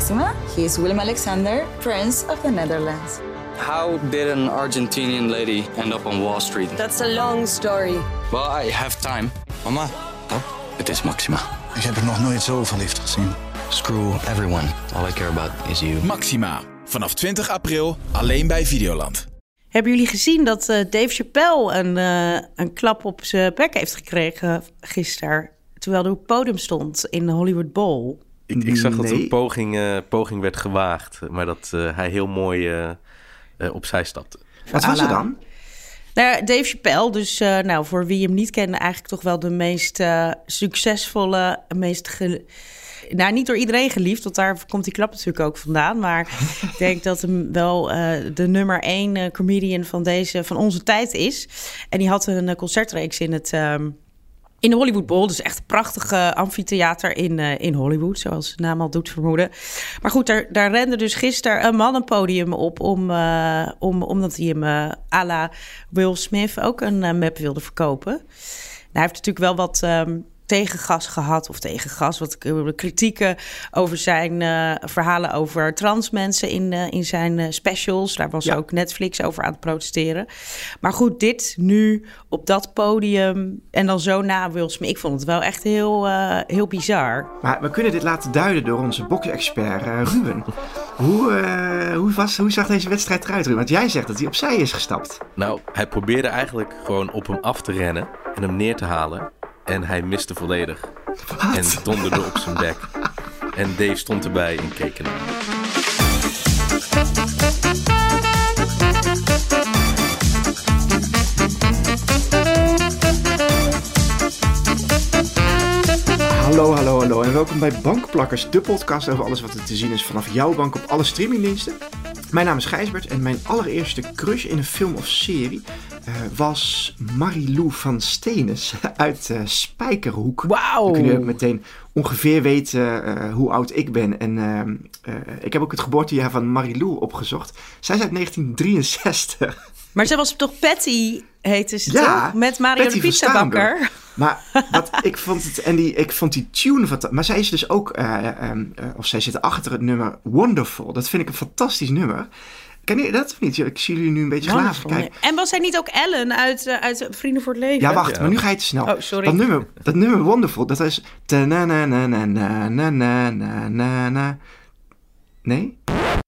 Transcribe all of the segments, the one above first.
Maxima. He is Willem-Alexander, Prince of the Netherlands. How did an Argentinian lady end up on Wall Street? That's a long story. Well, I have time. Mama, Het is Maxima. ik heb er nog nooit zo verliefd gezien. Screw everyone. All I care about is you. Maxima. Vanaf 20 april alleen bij Videoland. Hebben jullie gezien dat Dave Chappelle een klap op zijn bek heeft gekregen gisteren, terwijl hij op het podium stond in de Hollywood Bowl? Ik zag dat er een poging werd gewaagd, maar dat hij heel mooi opzij stapte. Wat was er dan? Nou ja, Dave Chappelle, dus voor wie hem niet kende, eigenlijk toch wel de meest succesvolle, niet door iedereen geliefd, want daar komt die klap natuurlijk ook vandaan. Maar ik denk dat hem wel de nummer 1 comedian van onze tijd is. En die had een concertreeks in de Hollywood Bowl. Dus echt een prachtige amfitheater in Hollywood, zoals de naam al doet vermoeden. Maar goed, daar rende dus gisteren een man een podium op omdat hij hem à la Will Smith ook een map wilde verkopen. Nou, hij heeft natuurlijk wel wat tegengas gehad, wat kritieken over zijn verhalen over trans mensen in zijn specials. Daar was ook Netflix over aan het protesteren. Maar goed, dit nu op dat podium en dan zo na Will Smith. Ik vond het wel echt heel bizar. Maar we kunnen dit laten duiden door onze boksexpert Ruben. Hoe zag deze wedstrijd eruit, Ruben? Want jij zegt dat hij opzij is gestapt. Nou, hij probeerde eigenlijk gewoon op hem af te rennen en hem neer te halen. En hij miste volledig. Wat? En donderde op zijn bek. En Dave stond erbij en keek ernaar. Hallo en welkom bij Bankplakkers, de podcast over alles wat er te zien is vanaf jouw bank op alle streamingdiensten. Mijn naam is Gijsbert en mijn allereerste crush in een film of serie was Marilou van Steenes uit Spijkerhoek. Wauw! Dan kun je ook meteen ongeveer weten hoe oud ik ben. En ik heb ook het geboortejaar van Marilou opgezocht. Zij is uit 1963. Maar zij was toch Patty, heette ze toch? Met Mario Patty de pizzabakker. Maar ik vond die tune van. Maar zij is dus ook, of zij zit achter het nummer Wonderful. Dat vind ik een fantastisch nummer. Ken je dat of niet? Ik zie jullie nu een beetje glazig kijken. Nee. En was zij niet ook Ellen uit Vrienden voor het Leven? Ja, wacht, maar nu ga je te snel. Oh, sorry. Dat nummer Wonderful, dat is. Nee?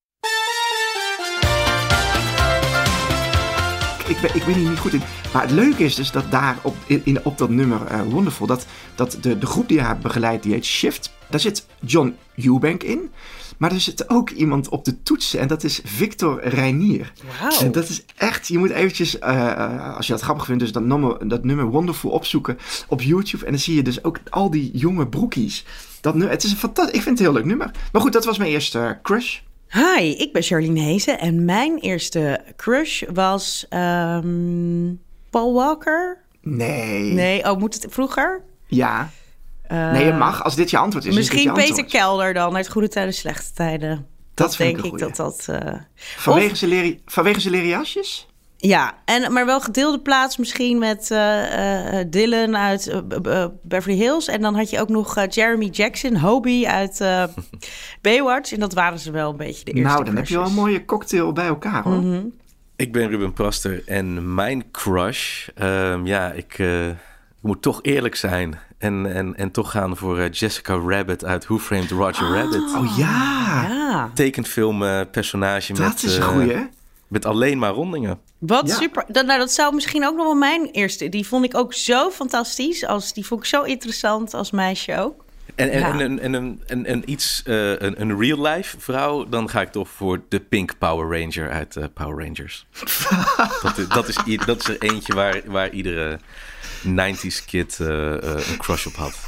Ik ben hier niet goed in. Maar het leuke is dus dat daar op dat nummer Wonderful, dat de groep die haar begeleidt, die heet Shift. Daar zit John Eubank in. Maar er zit ook iemand op de toetsen en dat is Victor Reinier. Wauw. En dat is echt, je moet eventjes, als je dat grappig vindt, dus dat nummer Wonderful opzoeken op YouTube. En dan zie je dus ook al die jonge broekies. Het is een fantastisch, ik vind het een heel leuk nummer. Maar goed, dat was mijn eerste crush. Hi, ik ben Charlene Hezen en mijn eerste crush was Paul Walker. Nee, moet het vroeger? Ja. Nee, je mag. Als dit je antwoord is. Misschien Peter Kelder dan, uit Goede Tijden, Slechte Tijden. Dat denk ik dat... Vanwege zijn leren jasjes? Ja, maar wel gedeelde plaats misschien met Dylan uit Beverly Hills. En dan had je ook nog Jeremy Jackson, Hobie uit Baywatch. En dat waren ze wel een beetje de eerste Nou, dan heb je wel een mooie cocktail bij elkaar, hoor. Mm-hmm. Ik ben Ruben Praster en mijn crush... ik moet toch eerlijk zijn... En toch gaan voor Jessica Rabbit uit Who Framed Roger Rabbit. Oh ja! Tekenfilm personage met... Dat is een goeie, hè? Met alleen maar rondingen. Wat super. Dat zou misschien ook nog wel mijn eerste... Die vond ik ook zo fantastisch. Die vond ik zo interessant als meisje ook. Een real life vrouw... dan ga ik toch voor de Pink Power Ranger uit Power Rangers. dat is er eentje waar iedere 90s kid een crush op had.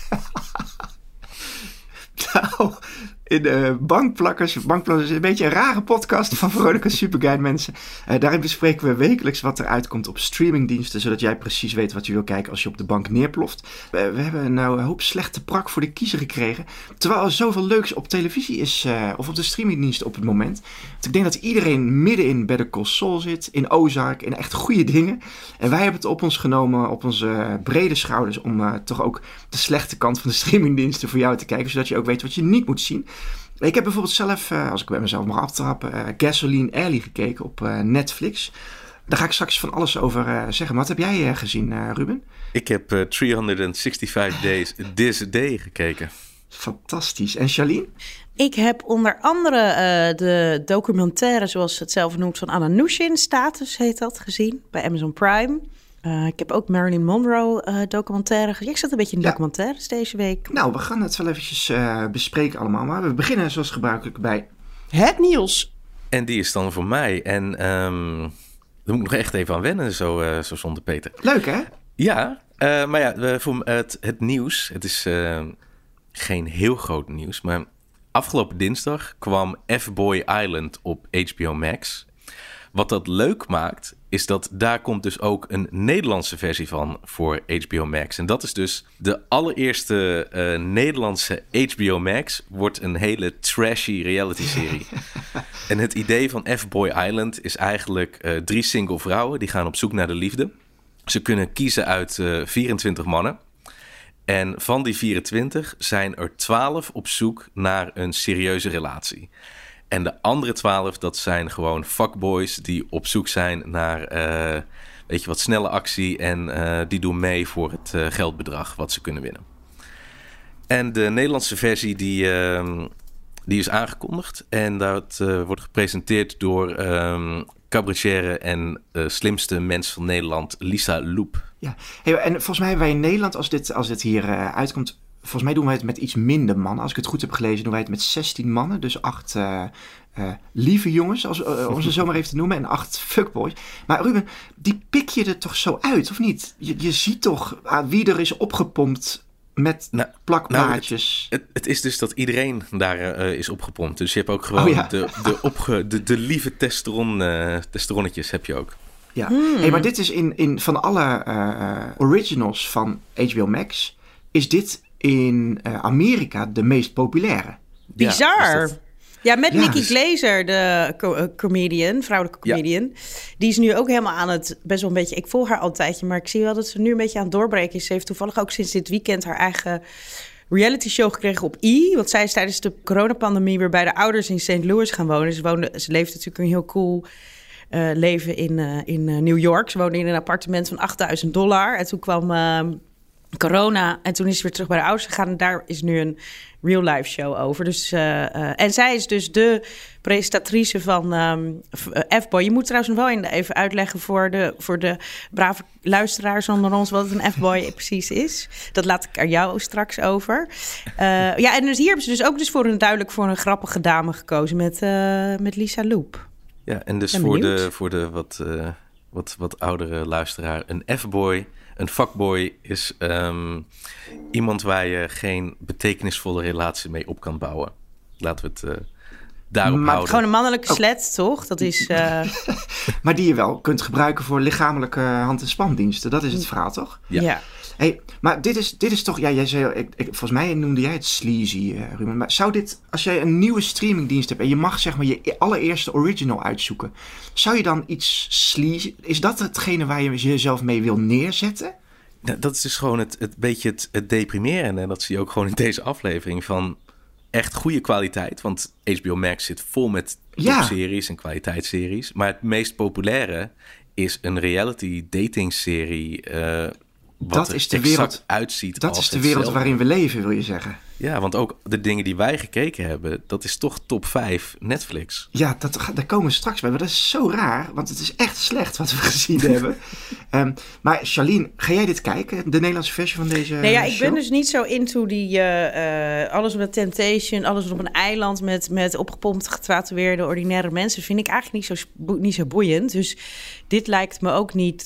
Nou, in Bankplakkers is een beetje een rare podcast van Veronica Superguide, mensen. Daarin bespreken we wekelijks wat er uitkomt op streamingdiensten, zodat jij precies weet wat je wil kijken als je op de bank neerploft. We hebben nou een hoop slechte prak voor de kiezer gekregen, terwijl er zoveel leuks op televisie is, of op de streamingdiensten op het moment. Want ik denk dat iedereen midden in Better Call Saul zit, in Ozark, in echt goede dingen. En wij hebben het op ons genomen, op onze brede schouders, om toch ook de slechte kant van de streamingdiensten voor jou te kijken, zodat je ook weet wat je niet moet zien. Ik heb bijvoorbeeld zelf, als ik bij mezelf mag aftrappen, Gasoline Alley gekeken op Netflix. Daar ga ik straks van alles over zeggen. Maar wat heb jij gezien, Ruben? Ik heb 365 Days This Day gekeken. Fantastisch. En Charlene? Ik heb onder andere de documentaire, zoals ze het zelf noemt, van Anna Nushin, Status heet dat, gezien bij Amazon Prime. Ik heb ook Marilyn Monroe documentaire gezien. Ik zat een beetje in documentaires deze week. Nou, we gaan het wel eventjes bespreken allemaal. Maar we beginnen zoals gebruikelijk bij het nieuws. En die is dan voor mij. En daar moet ik nog echt even aan wennen, zo zonder Peter. Leuk, hè? Ja, maar ja, voor het nieuws. Het is geen heel groot nieuws, maar afgelopen dinsdag kwam F-Boy Island op HBO Max. Wat dat leuk maakt, is dat daar komt dus ook een Nederlandse versie van voor HBO Max. En dat is dus de allereerste Nederlandse HBO Max wordt een hele trashy reality-serie. En het idee van F-Boy Island is eigenlijk 3 single vrouwen die gaan op zoek naar de liefde. Ze kunnen kiezen uit 24 mannen. En van die 24 zijn er 12 op zoek naar een serieuze relatie. En de andere 12, dat zijn gewoon fuckboys die op zoek zijn naar wat snelle actie. En die doen mee voor het geldbedrag wat ze kunnen winnen. En de Nederlandse versie die is aangekondigd. En dat wordt gepresenteerd door cabaretière en slimste mens van Nederland, Lisa Loep. Ja, hey, en volgens mij hebben wij in Nederland, als dit hier uitkomt, volgens mij doen wij het met iets minder mannen. Als ik het goed heb gelezen, doen wij het met 16 mannen. Dus 8 lieve jongens, om ze zo maar even te noemen, en 8 fuckboys. Maar Ruben, die pik je er toch zo uit, of niet? Je ziet toch wie er is opgepompt met plakplaatjes. Het is dus dat iedereen daar is opgepompt. Dus je hebt ook gewoon de lieve testosteronnetjes heb je ook. Ja, hey, maar dit is van alle originals van HBO Max, is dit in Amerika de meest populaire. Bizar. Ja, met Nikki dus Glaser, de comedian, vrouwelijke comedian. Ja. Die is nu ook helemaal aan het, best wel een beetje, ik volg haar al een tijdje, maar ik zie wel dat ze nu een beetje aan het doorbreken is. Ze heeft toevallig ook sinds dit weekend haar eigen reality show gekregen op E! Want zij is tijdens de coronapandemie weer bij de ouders in St. Louis gaan wonen. Ze leefde natuurlijk een heel cool leven in New York. Ze woonde in een appartement van $8.000. En toen kwam corona en toen is ze weer terug bij de ouders gegaan. En daar is nu een real-life show over. Dus, en zij is dus de presentatrice van F-Boy. Je moet trouwens nog wel even uitleggen voor de brave luisteraars onder ons wat een F-Boy precies is. Dat laat ik aan jou straks over. Ja, en dus hier hebben ze dus ook dus voor een grappige dame gekozen met Lisa Loep. Ja, en dus voor de wat oudere luisteraar, een F-boy, een fuckboy is iemand waar je geen betekenisvolle relatie mee op kan bouwen. Laten we het daarop houden. Gewoon een mannelijke slet, toch? Dat is. Maar die je wel kunt gebruiken voor lichamelijke hand- en spandiensten. Dat is het verhaal, toch? Ja. Hey, maar dit is toch... Ja, jij zei, volgens mij noemde jij het sleazy, Ruben. Maar zou dit... Als jij een nieuwe streamingdienst hebt en je mag zeg maar je allereerste original uitzoeken, zou je dan iets sleazy... Is dat hetgene waar je jezelf mee wil neerzetten? Ja, dat is dus gewoon het beetje het deprimerende. En dat zie je ook gewoon in deze aflevering van echt goede kwaliteit. Want HBO Max zit vol met topseries en kwaliteitsseries. Maar het meest populaire is een reality dating-serie wat dat is de wereld uitziet. Dat is de wereld waarin we leven, wil je zeggen? Ja, want ook de dingen die wij gekeken hebben, dat is toch top 5 Netflix. Ja, daar komen we straks bij. Maar dat is zo raar, want het is echt slecht wat we gezien hebben. Maar Charlene, ga jij dit kijken? De Nederlandse versie van deze show? Ik ben dus niet zo into die alles met Temptation, alles op een eiland met opgepompte, getatoeëerde, ordinaire mensen. Vind ik eigenlijk niet zo boeiend. Dus dit lijkt me ook niet...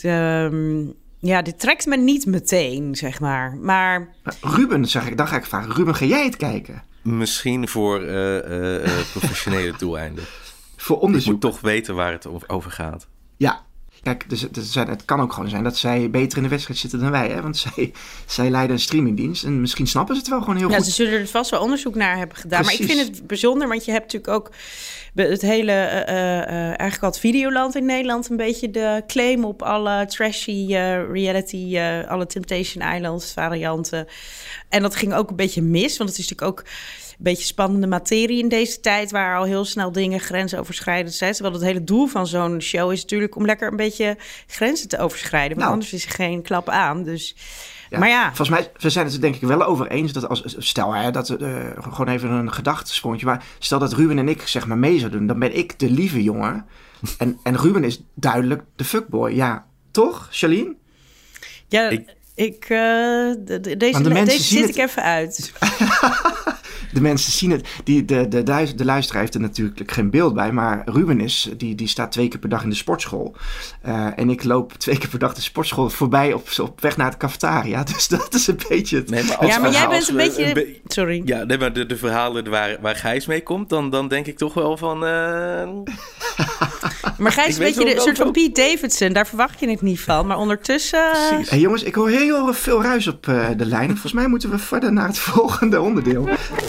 Ja, dit trekt me niet meteen, zeg maar. Maar Ruben, zeg ik, dan ga ik vragen. Ruben, ga jij het kijken? Misschien voor professionele doeleinden. Voor onderzoek. Je moet toch weten waar het over gaat. Ja, kijk, dus het kan ook gewoon zijn dat zij beter in de wedstrijd zitten dan wij. Hè? Want zij leiden een streamingdienst en misschien snappen ze het wel gewoon heel goed. Ze zullen er vast wel onderzoek naar hebben gedaan. Precies. Maar ik vind het bijzonder, want je hebt natuurlijk ook het hele, eigenlijk al het Videoland in Nederland een beetje de claim op alle trashy reality, alle Temptation Island varianten. En dat ging ook een beetje mis, want het is natuurlijk ook beetje spannende materie in deze tijd, waar al heel snel dingen grensoverschrijdend zijn. Terwijl het hele doel van zo'n show is natuurlijk om lekker een beetje grenzen te overschrijden. Want anders is er geen klap aan. Dus... Ja, maar ja. Volgens mij, we zijn het er denk ik wel over eens dat gewoon even een gedachtesprongetje, maar stel dat Ruben en ik zeg maar mee zouden doen, dan ben ik de lieve jongen en Ruben is duidelijk de fuckboy. Ja, toch, Charlene? Ja, deze zit ik even uit. De mensen zien het. De luisteraar heeft er natuurlijk geen beeld bij. Maar Ruben die staat 2 keer per dag in de sportschool. En ik loop 2 keer per dag de sportschool voorbij op weg naar het cafetaria. Dus dat is een beetje het... Nee, maar jij bent een beetje... Sorry. Ja, nee, maar de verhalen waar Gijs mee komt, dan denk ik toch wel van... Maar Gijs is een beetje een soort van Pete Davidson. Daar verwacht je het niet van. Maar ondertussen... Hey, jongens, ik hoor heel veel ruis op de lijn. Volgens mij moeten we verder naar het volgende onderdeel.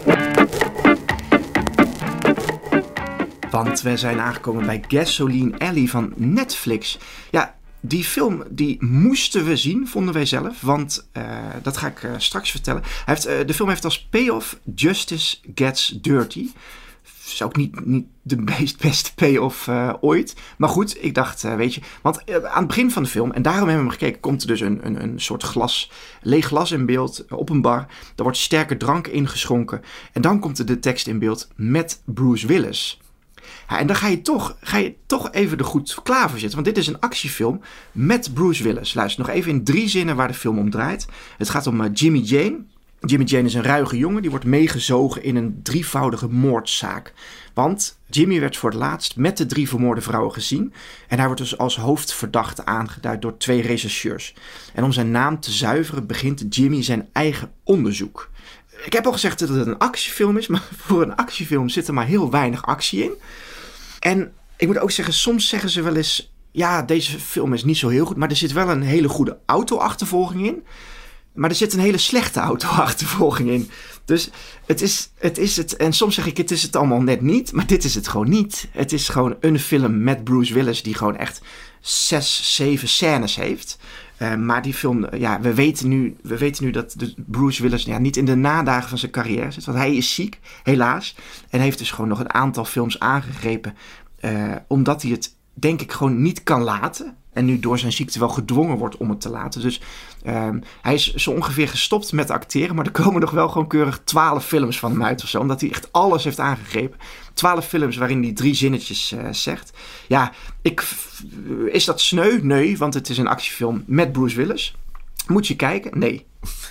Want we zijn aangekomen bij Gasoline Alley van Netflix. Ja, die film die moesten we zien, vonden wij zelf. Want dat ga ik straks vertellen. De film heeft als payoff Justice Gets Dirty. Is ook niet de meest beste payoff ooit. Maar goed, ik dacht, weet je... Want aan het begin van de film, en daarom hebben we hem gekeken... komt er dus een soort leeg glas in beeld op een bar. Er wordt sterke drank ingeschonken. En dan komt er de tekst in beeld met Bruce Willis. Ja, en dan ga je toch even er goed klaar voor zitten. Want dit is een actiefilm met Bruce Willis. Luister nog even in 3 zinnen waar de film om draait. Het gaat om Jimmy Jane... Jimmy Jane is een ruige jongen, die wordt meegezogen in een 3voudige moordzaak. Want Jimmy werd voor het laatst met de 3 vermoorde vrouwen gezien. En hij wordt dus als hoofdverdachte aangeduid door 2 rechercheurs. En om zijn naam te zuiveren begint Jimmy zijn eigen onderzoek. Ik heb al gezegd dat het een actiefilm is, maar voor een actiefilm zit er maar heel weinig actie in. En ik moet ook zeggen, soms zeggen ze wel eens... ja, deze film is niet zo heel goed, maar er zit wel een hele goede auto-achtervolging in. Maar er zit een hele slechte auto-achtervolging in. Dus het is het. En soms zeg ik, het is het allemaal net niet. Maar dit is het gewoon niet. Het is gewoon een film met Bruce Willis die gewoon echt 6, 7 scènes heeft. Maar die film, ja, we weten nu dat Bruce Willis niet in de nadagen van zijn carrière zit. Want hij is ziek, helaas. En heeft dus gewoon nog een aantal films aangegrepen. Omdat hij het, denk ik, gewoon niet kan laten. En nu door zijn ziekte wel gedwongen wordt om het te laten. Dus hij is zo ongeveer gestopt met acteren. Maar er komen nog wel gewoon keurig 12 films van hem uit of zo. Omdat hij echt alles heeft aangegrepen. 12 films waarin hij 3 zinnetjes zegt. Ja, is dat sneu? Nee, want het is een actiefilm met Bruce Willis. Moet je kijken? Nee.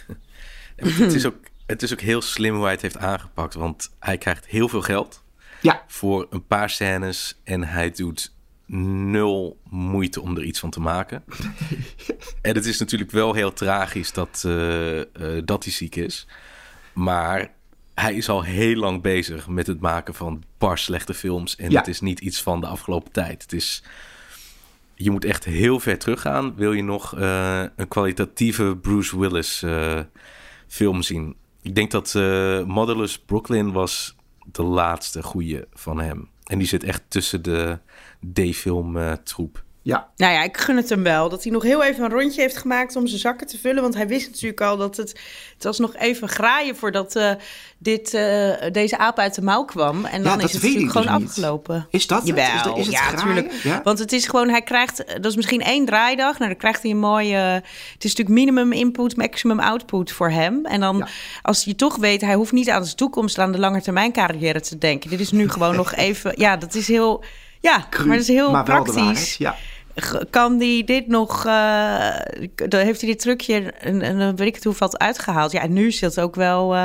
Het is ook heel slim hoe hij het heeft aangepakt. Want hij krijgt heel veel geld voor een paar scènes. En hij doet 0 moeite om er iets van te maken. En het is natuurlijk wel heel tragisch dat hij ziek is. Maar hij is al heel lang bezig met het maken van bar slechte films. En het is niet iets van de afgelopen tijd. Je moet echt heel ver teruggaan. Wil je nog een kwalitatieve Bruce Willis film zien? Ik denk dat Motherless Brooklyn was de laatste goeie van hem. En die zit echt tussen de D-film troep. Ja. Nou ja, ik gun het hem wel. Dat hij nog heel even een rondje heeft gemaakt om zijn zakken te vullen. Want hij wist natuurlijk al dat het was nog even graaien voordat deze aap uit de mouw kwam. En dan is het natuurlijk gewoon dus afgelopen. Niet. Is dat Jawel, is het ja, natuurlijk. Ja? Want het is gewoon, hij krijgt, dat is misschien 1 draaidag. Nou, dan krijgt hij een mooie... Het is natuurlijk minimum input, maximum output voor hem. En dan, als je toch weet, hij hoeft niet aan de toekomst, aan de langetermijn carrière te denken. Dit is nu gewoon nog even... Ja, dat is heel... Ja, cru, maar dat is heel maar praktisch. Ja. Kan hij dit nog... heeft hij dit trucje en dan weet ik het hoeveel het uitgehaald. Ja, en nu is dat ook wel...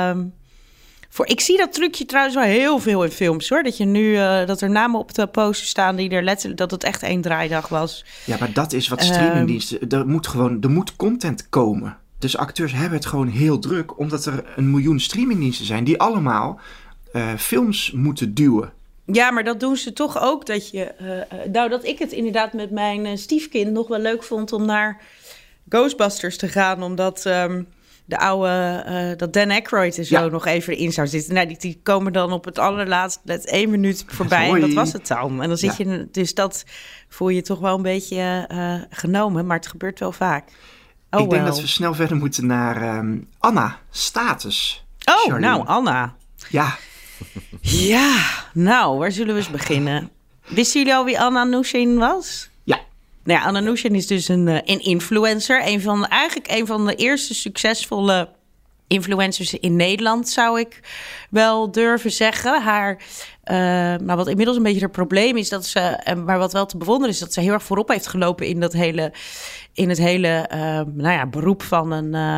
Ik zie dat trucje trouwens wel heel veel in films, hoor. Dat je nu dat er namen op de poster staan die er letterlijk... dat het echt 1 draaidag was. Ja, maar dat is wat streamingdiensten... Er moet content komen. Dus acteurs hebben het gewoon heel druk... omdat er 1 miljoen streamingdiensten zijn... die allemaal films moeten duwen. Ja, maar dat doen ze toch ook dat je... dat ik het inderdaad met mijn stiefkind nog wel leuk vond... om naar Ghostbusters te gaan, omdat... de oude, dat Dan Aykroyd en zo nog even erin zou zitten. Nou, die komen dan op het allerlaatst net 1 minuut voorbij en dat was het dan. En dan zit je, dus dat voel je toch wel een beetje genomen, maar het gebeurt wel vaak. Ik denk dat we snel verder moeten naar Anna, Status. Oh, Charlene. Nou, Anna. Ja. Ja, nou, waar zullen we eens beginnen? Wisten jullie al wie Anna Nushin was? Ja. Nou ja, Anna Nushin is dus een influencer. Eigenlijk een van de eerste succesvolle influencers in Nederland, zou ik wel durven zeggen. Wat inmiddels een beetje het probleem is, dat ze, maar wat wel te bewonderen is, dat ze heel erg voorop heeft gelopen in het hele beroep van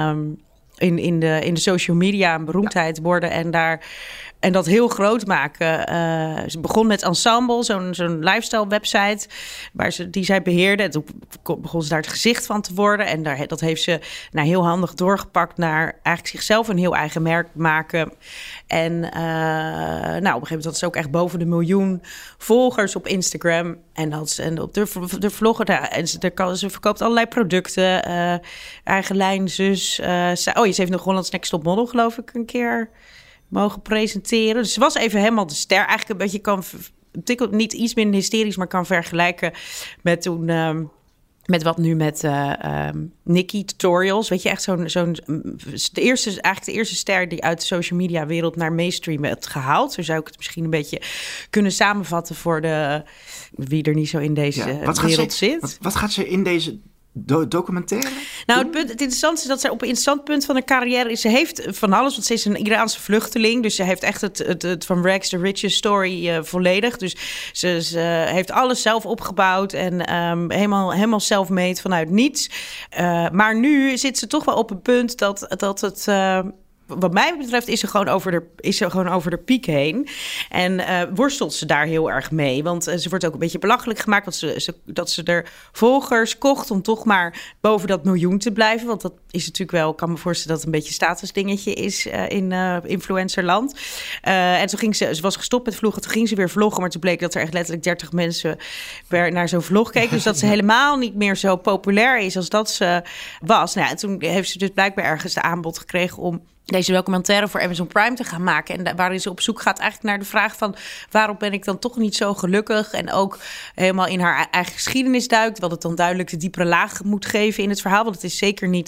in de social media een beroemdheid worden en dat heel groot maken. Ze begon met Ensemble, zo'n lifestyle website die zij beheerde. En toen begon ze daar het gezicht van te worden. En dat heeft ze heel handig doorgepakt naar eigenlijk zichzelf een heel eigen merk maken. En op een gegeven moment had ze ook echt boven de 1 miljoen volgers op Instagram. En op de vlogger, en ze verkoopt allerlei producten. Eigen lijn, zus. Ze heeft nog Holland's Next Top Model, geloof ik, een keer mogen presenteren. Dus ze was even helemaal de ster. Eigenlijk een beetje niet iets minder hysterisch, maar kan vergelijken met toen met wat nu met Nikki Tutorials. Weet je, echt de eerste ster die uit de social media wereld naar mainstream heeft gehaald. Zo zou ik het misschien een beetje kunnen samenvatten voor wie er niet zo in deze wereld zit. Wat gaat ze in deze documentaire? Nou, het interessante is dat ze op een interessant punt van haar carrière is. Ze heeft van alles, want ze is een Iraanse vluchteling. Dus ze heeft echt het van rags to riches story volledig. Dus ze heeft alles zelf opgebouwd en helemaal self-made vanuit niets. Maar nu zit ze toch wel op een punt dat het wat mij betreft is ze gewoon over de piek heen. En worstelt ze daar heel erg mee. Want ze wordt ook een beetje belachelijk gemaakt. Dat ze er volgers kocht om toch maar boven dat 1 miljoen te blijven. Want dat is natuurlijk wel, ik kan me voorstellen dat het een beetje een statusdingetje is in influencerland. En toen ze was gestopt met vloggen. Toen ging ze weer vloggen. Maar toen bleek dat er echt letterlijk 30 mensen naar zo'n vlog keken. Dus dat ze helemaal niet meer zo populair is als dat ze was. Nou, en toen heeft ze dus blijkbaar ergens de aanbod gekregen om deze documentaire voor Amazon Prime te gaan maken. En waarin ze op zoek gaat eigenlijk naar de vraag van waarom ben ik dan toch niet zo gelukkig? En ook helemaal in haar eigen geschiedenis duikt. Wat het dan duidelijk de diepere laag moet geven in het verhaal. Want het is zeker niet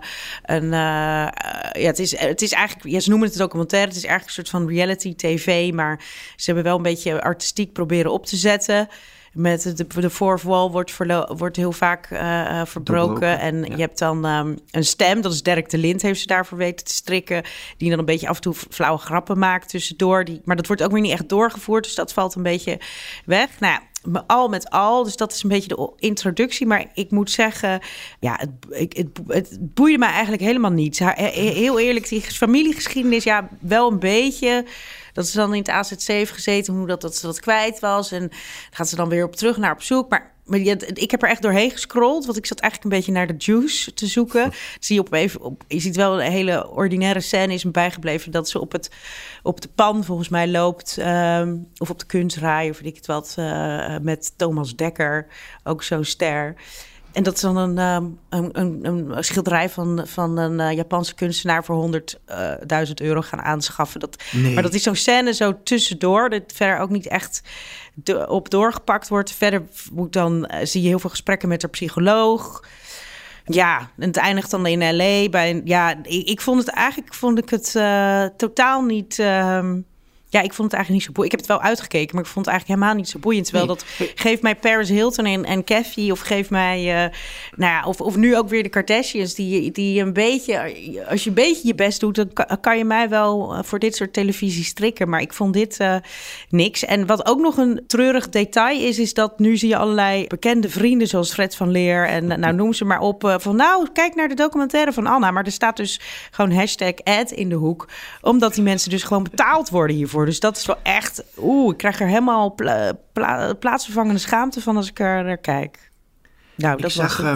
het is eigenlijk, ze noemen het een documentaire. Het is eigenlijk een soort van reality tv. Maar ze hebben wel een beetje artistiek proberen op te zetten. Met de fourth wall wordt heel vaak verbroken. En je hebt dan een stem, dat is Derek de Lind, heeft ze daarvoor weten te strikken. Die dan een beetje af en toe flauwe grappen maakt tussendoor. Maar dat wordt ook weer niet echt doorgevoerd, dus dat valt een beetje weg. Nou ja, al met al, dus dat is een beetje de introductie. Maar ik moet zeggen, ja, het boeide mij eigenlijk helemaal niet. Heel eerlijk, die familiegeschiedenis, ja, wel een beetje. Dat ze dan in het AZC heeft gezeten, hoe dat ze dat kwijt was. En gaat ze dan weer op zoek. Maar ik heb er echt doorheen gescrolld. Want ik zat eigenlijk een beetje naar de juice te zoeken. Zie je ziet wel een hele ordinaire scène is me bijgebleven. Dat ze op de pan volgens mij loopt. Of op de kunstraai of weet ik het wat. Met Thomas Dekker, ook zo'n ster. En dat is dan een schilderij van een Japanse kunstenaar voor €100.000 gaan aanschaffen. Maar dat is zo'n scène zo tussendoor, dat verder ook niet echt op doorgepakt wordt. Verder zie je heel veel gesprekken met haar psycholoog. Ja, en het eindigt dan in L.A. Ik vond het totaal niet. Ik vond het eigenlijk niet zo boeiend. Ik heb het wel uitgekeken, maar ik vond het eigenlijk helemaal niet zo boeiend. Terwijl geef mij Paris Hilton en Kathy, of geef mij, of nu ook weer de Kardashians, die een beetje, als je een beetje je best doet, dan kan je mij wel voor dit soort televisie strikken. Maar ik vond dit niks. En wat ook nog een treurig detail is dat nu zie je allerlei bekende vrienden, zoals Fred van Leer en noem ze maar op, kijk naar de documentaire van Anna. Maar er staat dus gewoon #ad in de hoek, omdat die mensen dus gewoon betaald worden hiervoor. Dus dat is wel echt. Ik krijg er helemaal plaatsvervangende schaamte van als ik er naar kijk. Nou, dat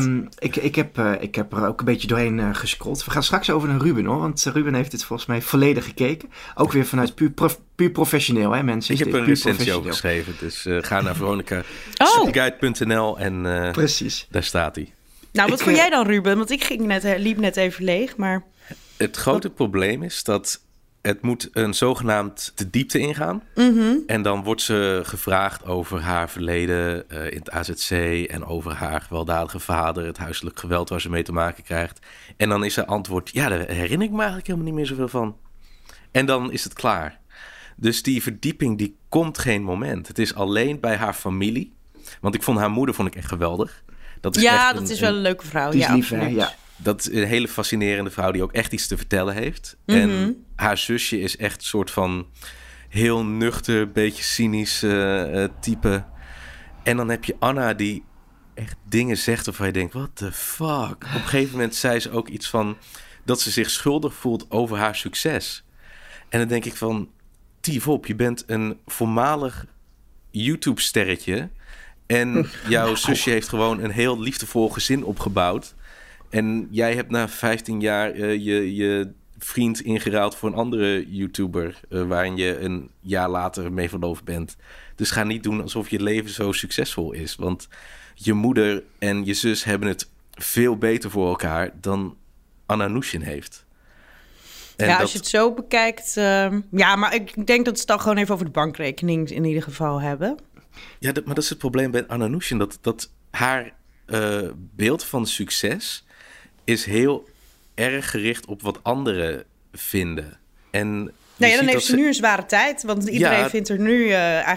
ik heb er ook een beetje doorheen gescrolld. We gaan straks over naar Ruben, hoor. Want Ruben heeft dit volgens mij volledig gekeken. Ook weer vanuit puur professioneel, hè, mensen. Ik heb een recensie over geschreven. Dus ga naar veronica.superguide.nl en precies. Daar staat hij. Nou, wat vond jij dan, Ruben? Want ik liep net even leeg, maar Het grote probleem is dat het moet een zogenaamd de diepte ingaan. Mm-hmm. En dan wordt ze gevraagd over haar verleden in het AZC en over haar gewelddadige vader, het huiselijk geweld waar ze mee te maken krijgt. En dan is haar antwoord, ja, daar herinner ik me eigenlijk helemaal niet meer zoveel van. En dan is het klaar. Dus die verdieping, die komt geen moment. Het is alleen bij haar familie. Want ik vond haar moeder echt geweldig. Dat is echt wel een leuke vrouw. Die is lief, absoluut. Ja. Dat is een hele fascinerende vrouw die ook echt iets te vertellen heeft. Mm-hmm. En haar zusje is echt een soort van heel nuchter, beetje cynisch type. En dan heb je Anna die echt dingen zegt waarvan je denkt, what the fuck? Op een gegeven moment zei ze ook iets van dat ze zich schuldig voelt over haar succes. En dan denk ik van, tief op, je bent een voormalig YouTube-sterretje. En jouw zusje heeft gewoon een heel liefdevol gezin opgebouwd. En jij hebt na 15 jaar je vriend ingeruild voor een andere YouTuber, waarin je een jaar later mee verloofd bent. Dus ga niet doen alsof je leven zo succesvol is. Want je moeder en je zus hebben het veel beter voor elkaar dan Anna Nushin heeft. En als je het zo bekijkt. Maar ik denk dat ze het dan gewoon even over de bankrekening in ieder geval hebben. Ja, maar dat is het probleem bij Anna Nushin. Dat haar beeld van succes is heel erg gericht op wat anderen vinden. En dan heeft ze nu een zware tijd. Want iedereen vindt er nu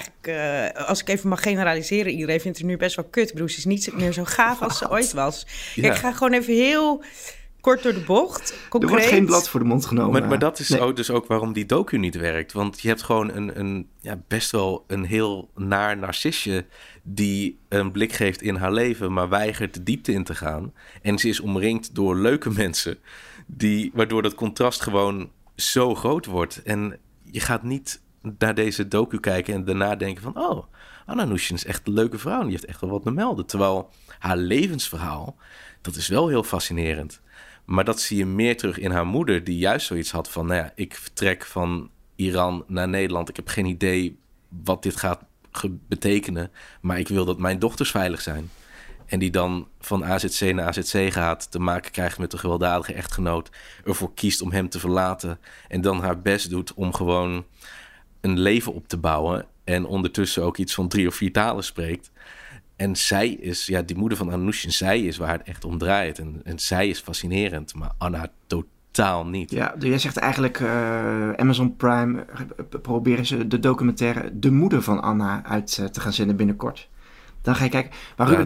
als ik even mag generaliseren, iedereen vindt er nu best wel kut. Ik bedoel, ze is niet meer zo gaaf als ze ooit was. Ja. Ik ga gewoon even heel kort door de bocht. Concreet. Er wordt geen blad voor de mond genomen. Maar dat is dus ook waarom die docu niet werkt. Want je hebt gewoon best wel een heel naar narcisje die een blik geeft in haar leven, maar weigert de diepte in te gaan. En ze is omringd door leuke mensen, waardoor dat contrast gewoon zo groot wordt. En je gaat niet naar deze docu kijken en daarna denken van, oh, Anna Nushin is echt een leuke vrouw en die heeft echt wel wat te melden. Terwijl haar levensverhaal, dat is wel heel fascinerend. Maar dat zie je meer terug in haar moeder, die juist zoiets had van, ik vertrek van Iran naar Nederland. Ik heb geen idee wat dit gaat betekenen, maar ik wil dat mijn dochters veilig zijn. En die dan van AZC naar AZC gaat, te maken krijgt met een gewelddadige echtgenoot, ervoor kiest om hem te verlaten en dan haar best doet om gewoon een leven op te bouwen en ondertussen ook iets van 3 of 4 talen spreekt. En zij is, die moeder van Anna Nushin, zij is waar het echt om draait. En zij is fascinerend, maar Anna totaal niet. Ja, jij zegt eigenlijk, Amazon Prime proberen ze de documentaire De Moeder van Anna uit te gaan zenden binnenkort. Dan ga je kijken. Maar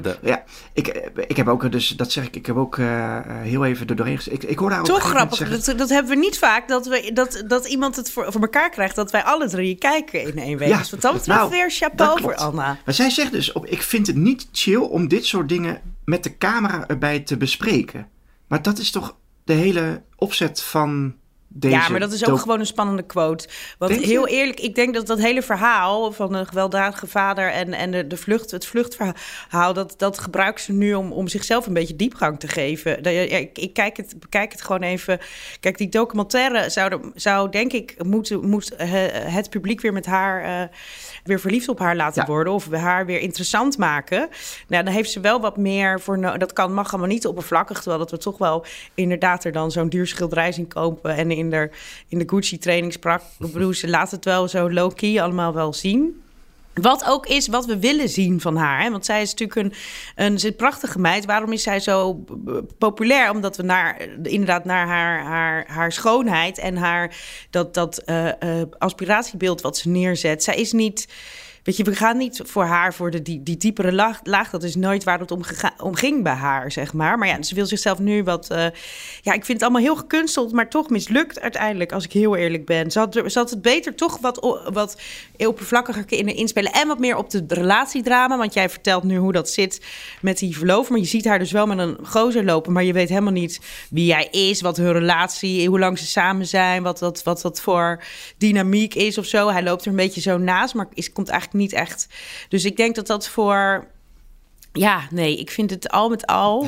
ik heb ook, dus dat zeg ik heb ook heel even doorheen gezegd. Ik hoor daar ook toch grappig, dat hebben we niet vaak, dat iemand het voor elkaar krijgt, dat wij alle 3 kijken in 1 week. Dus wat dat betreft weer chapeau voor Anna. Maar zij zegt dus, ik vind het niet chill om dit soort dingen met de camera erbij te bespreken. Maar dat is toch de hele opzet van deze maar dat is ook gewoon een spannende quote. Want heel eerlijk, ik denk dat hele verhaal van de gewelddadige vader en het vluchtverhaal, dat gebruikt ze nu om zichzelf een beetje diepgang te geven. Ik bekijk het gewoon even. Kijk, die documentaire zou denk ik moet het publiek weer met haar weer verliefd op haar laten worden of haar weer interessant maken. Nou, dan heeft ze wel wat meer voor. Dat mag allemaal niet oppervlakkig, terwijl dat we toch wel inderdaad er dan zo'n duur schilderij zien kopen en in de Gucci trainingspak. Ik bedoel, ze laat het wel zo low-key allemaal wel zien. Wat ook is wat we willen zien van haar. Hè? Want zij is natuurlijk een prachtige meid. Waarom is zij zo populair? Omdat we naar haar schoonheid en haar dat aspiratiebeeld wat ze neerzet. Zij is niet. Weet je, we gaan niet voor haar voor die diepere laag. Dat is nooit waar het om ging bij haar, zeg maar. Maar ze wil zichzelf nu wat. Ik vind het allemaal heel gekunsteld, maar toch mislukt uiteindelijk, als ik heel eerlijk ben. Ze had het beter toch wat oppervlakkiger kunnen inspelen. En wat meer op de relatiedrama. Want jij vertelt nu hoe dat zit met die verloofde. Maar je ziet haar dus wel met een gozer lopen. Maar je weet helemaal niet wie hij is, wat hun relatie, hoe lang ze samen zijn, wat dat voor dynamiek is of zo. Hij loopt er een beetje zo naast, maar komt eigenlijk niet echt. Dus ik denk dat voor. Ik vind het al met al.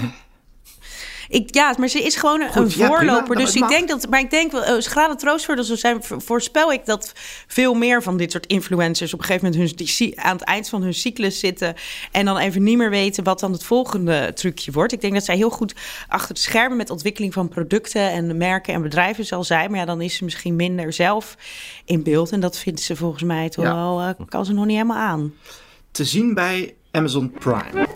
Maar ze is gewoon een voorloper. Dus ik denk dat. Maar ik denk wel, schrale troostvoordeel zo zijn. Voorspel ik dat veel meer van dit soort influencers op een gegeven moment aan het eind van hun cyclus zitten en dan even niet meer weten wat dan het volgende trucje wordt. Ik denk dat zij heel goed achter de schermen met ontwikkeling van producten en merken en bedrijven zal zijn. Maar dan is ze misschien minder zelf in beeld. En dat vindt ze volgens mij toch wel. Kan ze nog niet helemaal aan. Te zien bij Amazon Prime.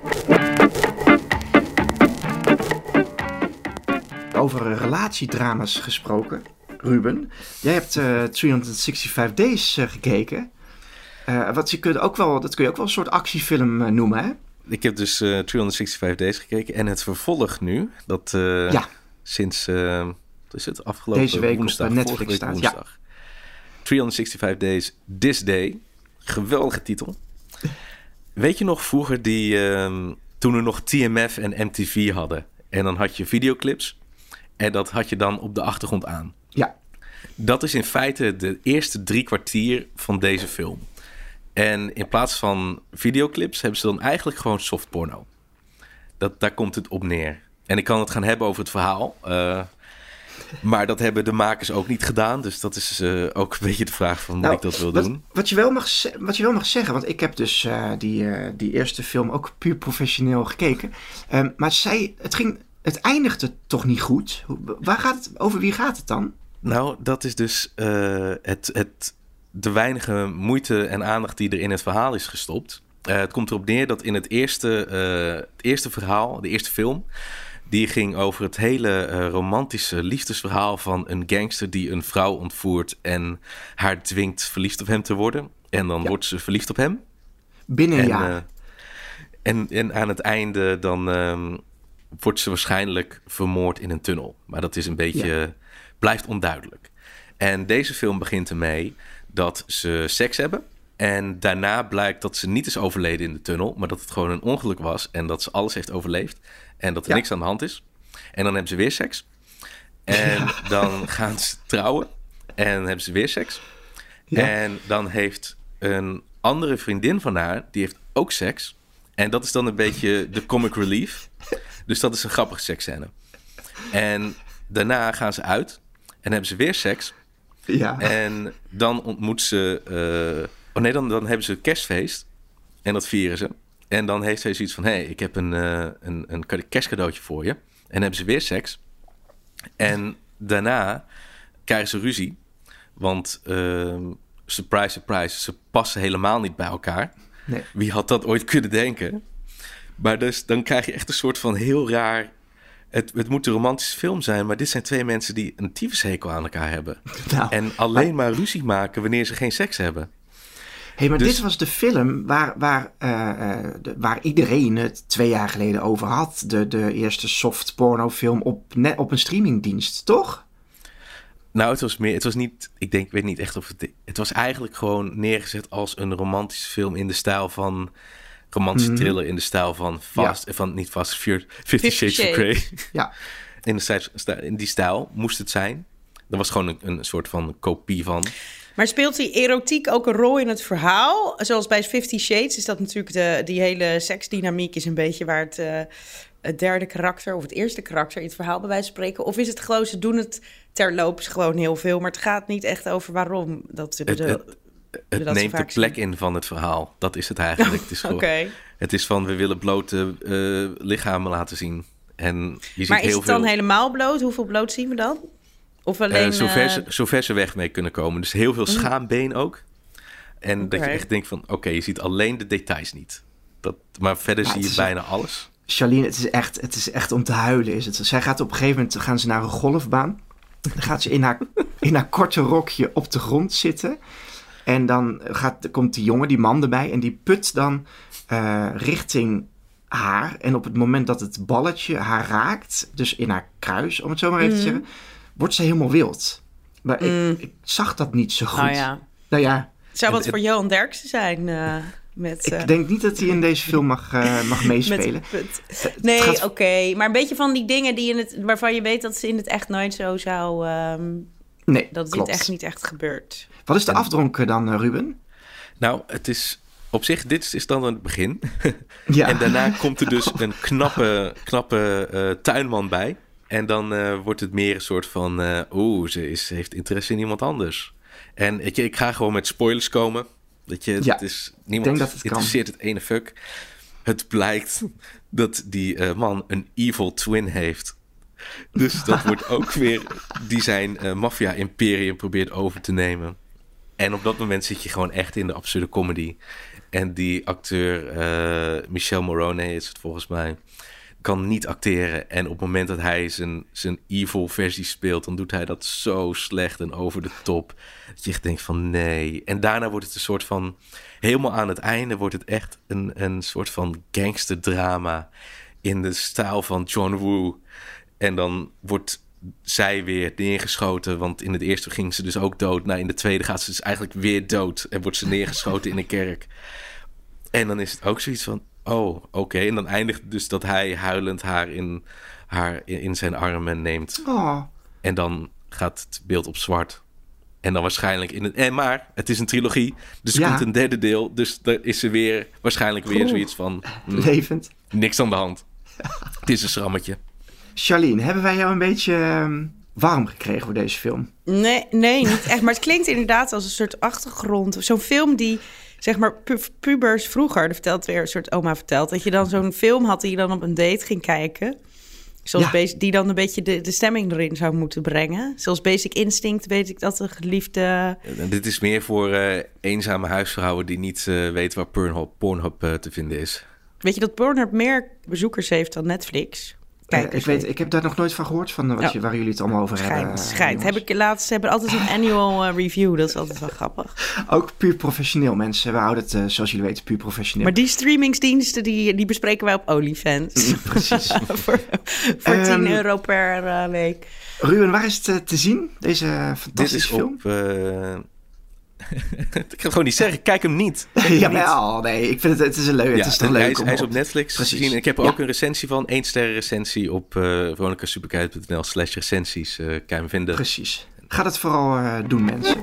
Over relatiedrama's gesproken. Ruben. Jij hebt 365 Days gekeken. Dat kun je ook wel een soort actiefilm noemen, hè? Ik heb dus 365 Days gekeken. En het vervolg nu, dat sinds wat is het, afgelopen deze week woensdag, op Netflix staat. woensdag. 365 Days This Day. Geweldige titel. Weet je nog vroeger toen we nog TMF en MTV hadden? En dan had je videoclips. En dat had je dan op de achtergrond aan. Ja. Dat is in feite de eerste 3 kwartier van deze film. En in plaats van videoclips hebben ze dan eigenlijk gewoon softporno. Daar komt het op neer. En ik kan het gaan hebben over het verhaal. Maar dat hebben de makers ook niet gedaan. Dus dat is ook een beetje de vraag van hoe ik dat wil doen. Wat je wel mag zeggen, want ik heb dus die eerste film ook puur professioneel gekeken. Maar het eindigde toch niet goed? Over wie gaat het dan? Nou, dat is dus de weinige moeite en aandacht die er in het verhaal is gestopt. Het komt erop neer dat in het eerste verhaal, de eerste film, die ging over het hele romantische liefdesverhaal van een gangster die een vrouw ontvoert en haar dwingt verliefd op hem te worden. En dan wordt ze verliefd op hem. Binnen een jaar. En aan het einde dan wordt ze waarschijnlijk vermoord in een tunnel. Maar dat is een beetje, blijft onduidelijk. En deze film begint ermee dat ze seks hebben. En daarna blijkt dat ze niet is overleden in de tunnel, maar dat het gewoon een ongeluk was en dat ze alles heeft overleefd en dat er niks aan de hand is. En dan hebben ze weer seks. En dan gaan ze trouwen en hebben ze weer seks. Ja. En dan heeft een andere vriendin van haar, die heeft ook seks. En dat is dan een beetje de comic relief. Dus dat is een grappige seksscène. En daarna gaan ze uit en hebben ze weer seks. Ja. En dan ontmoet ze... dan hebben ze kerstfeest. En dat vieren ze. En dan heeft zij zoiets van... Hé, ik heb een kerstcadeautje voor je. En dan hebben ze weer seks. En daarna krijgen ze ruzie. Want surprise, surprise... ze passen helemaal niet bij elkaar. Nee. Wie had dat ooit kunnen denken? Maar dus dan krijg je echt een soort van heel raar... Het moet een romantische film zijn, maar dit zijn 2 mensen die een tyfushekel aan elkaar hebben. Nou, en alleen maar ruzie maken wanneer ze geen seks hebben. Maar dit was de film waar iedereen het 2 jaar geleden over had. De eerste soft pornofilm op een streamingdienst, toch? Nou, het was niet... Ik weet niet echt of het was eigenlijk gewoon neergezet als een romantische film in de stijl van... romantische thriller in de stijl van niet Fast, 50 Shades of Grey. Ja. In die stijl moest het zijn. Er was gewoon een soort van kopie van. Maar speelt die erotiek ook een rol in het verhaal? Zoals bij 50 Shades is dat natuurlijk die hele seksdynamiek is een beetje waar het derde karakter of het eerste karakter in het verhaal bij wijze van spreken. Of is het gewoon, ze doen het terloops gewoon heel veel, maar het gaat niet echt over waarom dat ze Het neemt de plek in van het verhaal. Dat is het eigenlijk. Het is gewoon, het is van, we willen blote lichamen laten zien. En je ziet maar is heel het dan veel... helemaal bloot? Hoeveel bloot zien we dan? Of alleen... zover ze weg mee kunnen komen. Dus heel veel schaambeen ook. En dat je echt denkt van, je ziet alleen de details niet. Maar verder zie je bijna alles. Charlene, het is echt om te huilen is het. Zij gaat op een gegeven moment gaan ze naar een golfbaan. Dan gaat ze in haar korte rokje op de grond zitten... En dan komt die man erbij en die put dan richting haar. En op het moment dat het balletje haar raakt, dus in haar kruis, om het zo maar even te zeggen, wordt ze helemaal wild. Maar ik zag dat niet zo goed. Nou ja. Zou wat voor Johan Derksen zijn? Ik denk niet dat hij in deze film mag meespelen. Nee, oké. Maar een beetje van die dingen waarvan je weet dat ze in het echt nooit zo zou... Nee, dat klopt. Dit echt niet echt gebeurt. Wat is de afdronk dan, Ruben? Nou, het is op zich, dit is dan het begin. Ja. En daarna komt er dus een knappe tuinman bij. En dan wordt het meer een soort van... ze heeft interesse in iemand anders. En ik ga gewoon met spoilers komen. Niemand interesseert het ene fuck. Het blijkt dat die man een evil twin heeft... Dus dat wordt ook weer... die zijn maffia-imperium probeert over te nemen. En op dat moment zit je gewoon echt in de absurde comedy. En die acteur, Michel Morone is het volgens mij... kan niet acteren. En op het moment dat hij zijn evil versie speelt, dan doet hij dat zo slecht en over de top. Dat je echt denkt van nee. En daarna wordt het een soort van, helemaal aan het einde wordt het echt een soort van gangsterdrama in de stijl van John Woo. En dan wordt zij weer neergeschoten, want in het eerste ging ze dus ook dood. Nou, in de tweede gaat ze dus eigenlijk weer dood en wordt ze neergeschoten in een kerk. En dan is het ook zoiets van, oh, oké. En dan eindigt dus dat hij huilend haar in zijn armen neemt. Oh. En dan gaat het beeld op zwart. En dan waarschijnlijk maar het is een trilogie, dus er komt een derde deel. Dus daar is ze waarschijnlijk weer zoiets van, levend. Niks aan de hand. Het is een schrammetje. Charlene, hebben wij jou een beetje warm gekregen voor deze film? Nee, niet echt. Maar het klinkt inderdaad als een soort achtergrond. Zo'n film die, zeg maar, pubers vroeger, dat vertelt weer een soort oma vertelt, dat je dan zo'n film had die je dan op een date ging kijken. Zoals die dan een beetje de stemming erin zou moeten brengen. Zoals Basic Instinct weet ik dat de geliefde... Dit is meer voor eenzame huisvrouwen die niet weten waar Pornhub te vinden is. Weet je dat Pornhub meer bezoekers heeft dan Netflix? Ik heb daar nog nooit van gehoord, waar jullie het allemaal over hebben. Schijnt. Ze hebben altijd een annual review. Dat is altijd wel grappig. Ook puur professioneel, mensen. We houden het, zoals jullie weten, puur professioneel. Maar die streamingsdiensten, die bespreken wij op OnlyFans. Precies. voor €10 per week. Ruben, waar is het te zien, deze fantastische film? Ik ga het gewoon niet zeggen. Kijk hem niet. Nee. Ik vind het is een leuk. Het is toch leuk. Hij is op Netflix te zien. Ik heb er ook een recensie van. 1-sterren recensie op veronicasuperguide.nl/recensies. Kan je hem vinden. Precies. Ga dat vooral doen, mensen.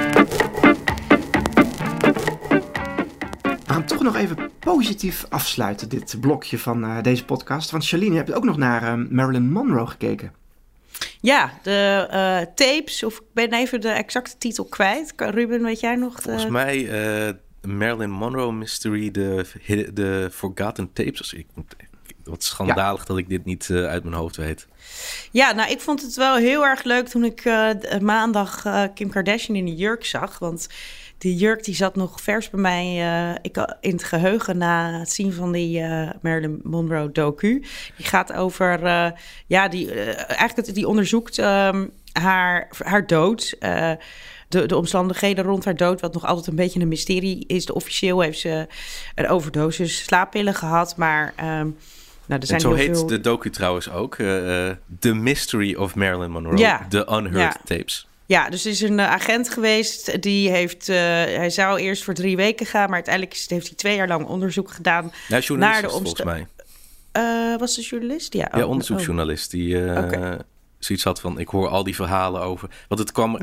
We gaan toch nog even positief afsluiten, dit blokje van deze podcast. Want Charlene, je hebt ook nog naar Marilyn Monroe gekeken. Ja, de tapes, of ik ben even de exacte titel kwijt. Ruben, weet jij nog? Volgens mij Marilyn Monroe Mystery, de Forgotten Tapes. Wat schandalig dat ik dit niet uit mijn hoofd weet. Ja, nou, ik vond het wel heel erg leuk toen ik maandag Kim Kardashian in de jurk zag. Want die jurk die zat nog vers bij mij in het geheugen na het zien van die Marilyn Monroe docu. Die gaat over, die onderzoekt haar dood. De omstandigheden rond haar dood, wat nog altijd een beetje een mysterie is. Officieel heeft ze een overdosis slaappillen gehad, maar... er zijn zo heet de docu trouwens ook. The Mystery of Marilyn Monroe. The Unheard Tapes. Ja, dus er is een agent geweest. Die hij zou eerst voor 3 weken gaan, maar uiteindelijk heeft hij 2 jaar lang onderzoek gedaan naar de volgens mij. Was de journalist? Ja, onderzoeksjournalist. Die zoiets had van, ik hoor al die verhalen over. Want het kwam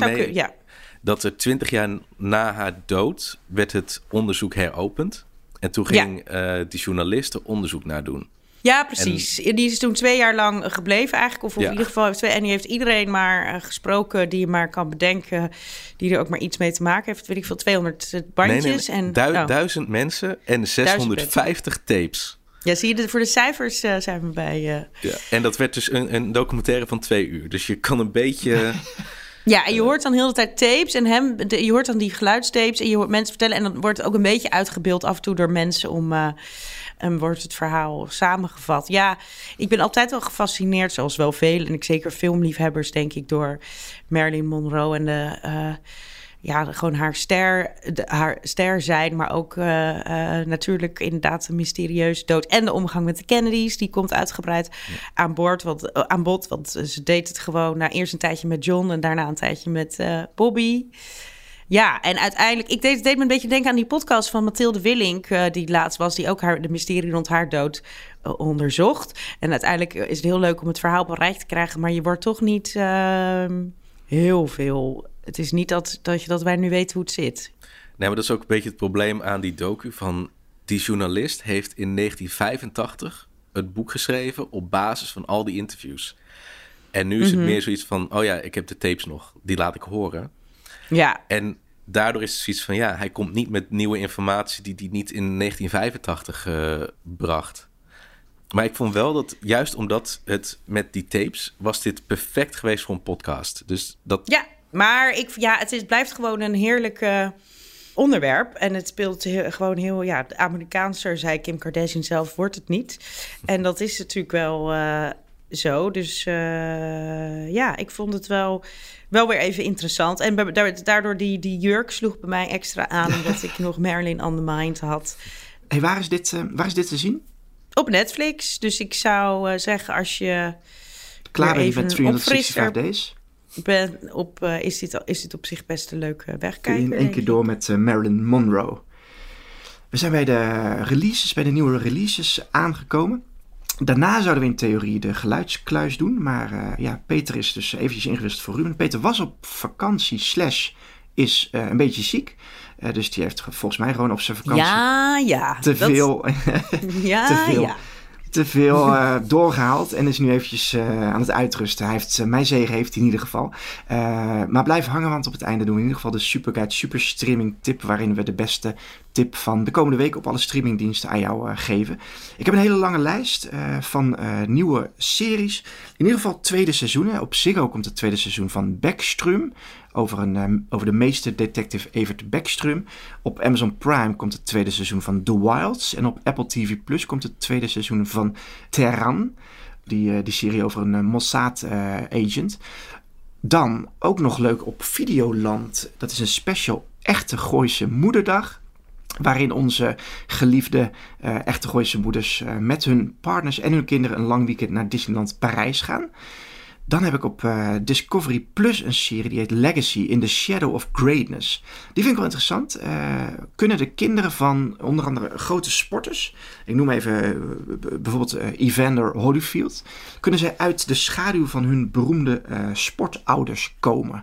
dat er 20 jaar na haar dood werd het onderzoek heropend. En toen ging die journalist er onderzoek naar doen. Ja, precies. En die is toen 2 jaar lang gebleven eigenlijk. Of in ieder geval en die heeft iedereen maar gesproken die je maar kan bedenken, die er ook maar iets mee te maken heeft. Weet ik veel, 200 bandjes. Nee. 1000 mensen en 650 tapes. Ja, zie je, voor de cijfers zijn we bij... Ja. En dat werd dus een documentaire van 2 uur. Dus je kan een beetje... Ja, en je hoort dan heel de tijd tapes en je hoort dan die geluidstapes en je hoort mensen vertellen. En dan wordt het ook een beetje uitgebeeld af en toe door mensen en wordt het verhaal samengevat. Ja, ik ben altijd wel gefascineerd, zoals wel veel, en ik zeker filmliefhebbers, denk ik, door Marilyn Monroe en gewoon haar ster zijn, maar ook natuurlijk inderdaad de mysterieuze dood en de omgang met de Kennedys. Die komt uitgebreid aan bod, want ze deed het gewoon eerst een tijdje met John en daarna een tijdje met Bobby. Ja, en uiteindelijk, het deed me een beetje denken aan die podcast van Mathilde Willink, die laatst was, die ook de mysterie rond haar dood onderzocht. En uiteindelijk is het heel leuk om het verhaal op een rijtje te krijgen, maar je wordt toch niet heel veel... Het is niet dat wij nu weten hoe het zit. Nee, maar dat is ook een beetje het probleem aan die docu. Van die journalist heeft in 1985 het boek geschreven op basis van al die interviews. En nu is het meer zoiets van, oh ja, ik heb de tapes nog. Die laat ik horen. Ja. En daardoor is het zoiets van, ja, hij komt niet met nieuwe informatie die hij niet in 1985 bracht. Maar ik vond wel dat, juist omdat het met die tapes, was dit perfect geweest voor een podcast. Dus dat... Ja. Maar blijft gewoon een heerlijke onderwerp. En het speelt gewoon heel... Ja, de Amerikaanser, zei Kim Kardashian zelf, wordt het niet. En dat is natuurlijk wel zo. Dus ik vond het wel weer even interessant. En daardoor die jurk sloeg bij mij extra aan... omdat ik nog Marilyn on the Mind had. Hey, waar is dit te zien? Op Netflix. Dus ik zou zeggen, als je... Klaar bent met 365 Days... is dit op zich best een leuke wegkijker. In één keer door met Marilyn Monroe. We zijn bij de nieuwe releases aangekomen. Daarna zouden we in theorie de geluidskluis doen. Maar Peter is dus eventjes ingewisseld voor Ruben. Peter was op vakantie / is een beetje ziek. Dus die heeft volgens mij gewoon op zijn vakantie te veel doorgehaald en is nu eventjes aan het uitrusten. Mijn zegen heeft hij in ieder geval. Maar blijf hangen, want op het einde doen we in ieder geval de Superguide Super Streaming Tip, waarin we de beste tip van de komende week op alle streamingdiensten aan jou geven. Ik heb een hele lange lijst van nieuwe series. In ieder geval tweede seizoenen. Op Ziggo komt het tweede seizoen van Backstream. Over de meester detective Evert Backstream. Op Amazon Prime komt het tweede seizoen van The Wilds. En op Apple TV Plus komt het tweede seizoen van Tehran. Die serie over een Mossad-agent. Dan ook nog leuk op Videoland. Dat is een special Echte Gooise Moederdag. Waarin onze geliefde Echte Gooise moeders met hun partners en hun kinderen een lang weekend naar Disneyland Parijs gaan. Dan heb ik op Discovery Plus een serie die heet Legacy in the Shadow of Greatness. Die vind ik wel interessant. Kunnen de kinderen van onder andere grote sporters, ik noem even bijvoorbeeld Evander Holyfield, kunnen zij uit de schaduw van hun beroemde sportouders komen?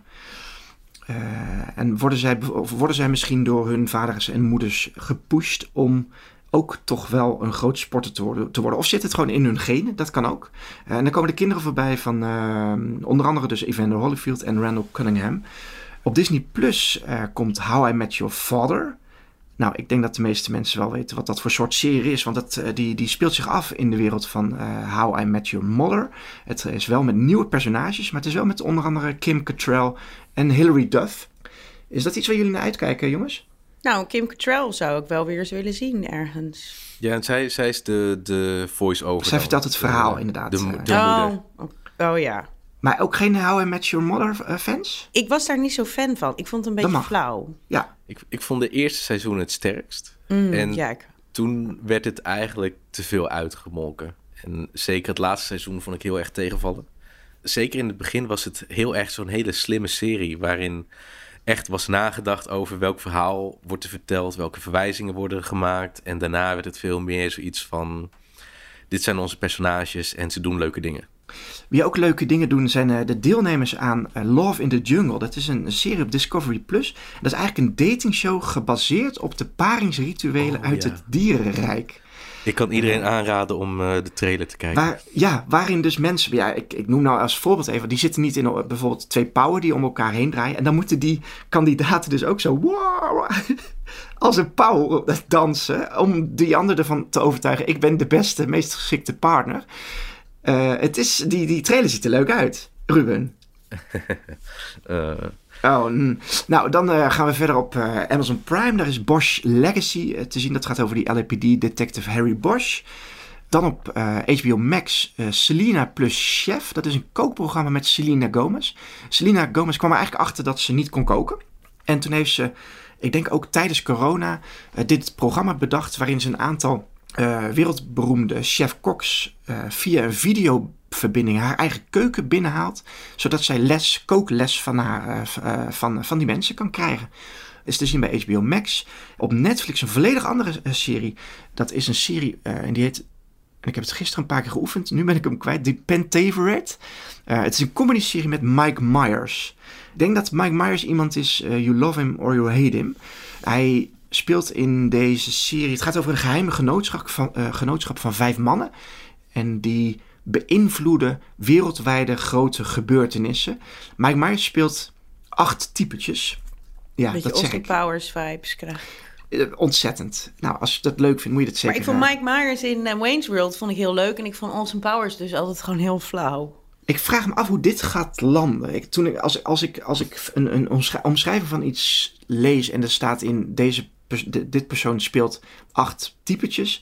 En worden zij misschien door hun vaders en moeders gepusht om ook toch wel een groot sporter te worden? Of zit het gewoon in hun genen? Dat kan ook. En dan komen de kinderen voorbij van onder andere dus Evander Holyfield en Randall Cunningham. Op Disney Plus komt How I Met Your Father. Nou, ik denk dat de meeste mensen wel weten wat dat voor soort serie is. Want die speelt zich af in de wereld van How I Met Your Mother. Het is wel met nieuwe personages, maar het is wel met onder andere Kim Cattrall en Hilary Duff. Is dat iets waar jullie naar uitkijken, jongens? Nou, Kim Cattrall zou ik wel weer eens willen zien ergens. Ja, en zij is de voice-over. Zij vertelt het verhaal, inderdaad. De moeder. Oh ja. Maar ook geen How I Met Your Mother fans? Ik was daar niet zo fan van. Ik vond het een beetje flauw. Ja. Ik vond de eerste seizoen het sterkst. Toen werd het eigenlijk te veel uitgemolken. En zeker het laatste seizoen vond ik heel erg tegenvallen. Zeker in het begin was het heel erg zo'n hele slimme serie, waarin echt was nagedacht over welk verhaal wordt er verteld, welke verwijzingen worden gemaakt. En daarna werd het veel meer zoiets van, dit zijn onze personages en ze doen leuke dingen. Wie ook leuke dingen doen zijn de deelnemers aan Love in the Jungle. Dat is een serie op Discovery Plus. Dat is eigenlijk een datingshow gebaseerd op de paringsrituelen uit het dierenrijk. Ik kan iedereen aanraden om de trailer te kijken. Waarin dus mensen, ik noem nou als voorbeeld even, die zitten niet in bijvoorbeeld 2 pauwen die om elkaar heen draaien. En dan moeten die kandidaten dus ook zo als een pauw dansen, om die ander ervan te overtuigen, ik ben de beste, meest geschikte partner. Die trailer ziet er leuk uit, Ruben. Nou, dan gaan we verder op Amazon Prime. Daar is Bosch Legacy te zien. Dat gaat over die LAPD-detective Harry Bosch. Dan op HBO Max Selena plus Chef. Dat is een kookprogramma met Selena Gomez. Selena Gomez kwam er eigenlijk achter dat ze niet kon koken. En toen heeft ze, ik denk ook tijdens corona, dit programma bedacht waarin ze een aantal wereldberoemde chef-koks via een videoverbinding haar eigen keuken binnenhaalt, zodat zij kookles van die mensen kan krijgen. Is te zien bij HBO Max. Op Netflix een volledig andere serie. Dat is een serie en die heet, en ik heb het gisteren een paar keer geoefend, nu ben ik hem kwijt, The Pentaverate. Het is een comedy-serie met Mike Myers. Ik denk dat Mike Myers iemand is, you love him or you hate him. Hij speelt in deze serie, het gaat over een geheime genootschap van 5 mannen. En die beïnvloeden wereldwijde grote gebeurtenissen. Mike Myers speelt 8 typetjes. Ja, beetje dat zeg Austin ik. Powers vibes krijg ik. Ontzettend. Nou, als je dat leuk vindt, moet je dat zeker. Maar ik vond Mike Myers in Wayne's World vond ik heel leuk. En ik vond Austin Powers dus altijd gewoon heel flauw. Ik vraag me af hoe dit gaat landen. Als ik een omschrijving van iets lees en er staat in dit persoon speelt 8 typetjes,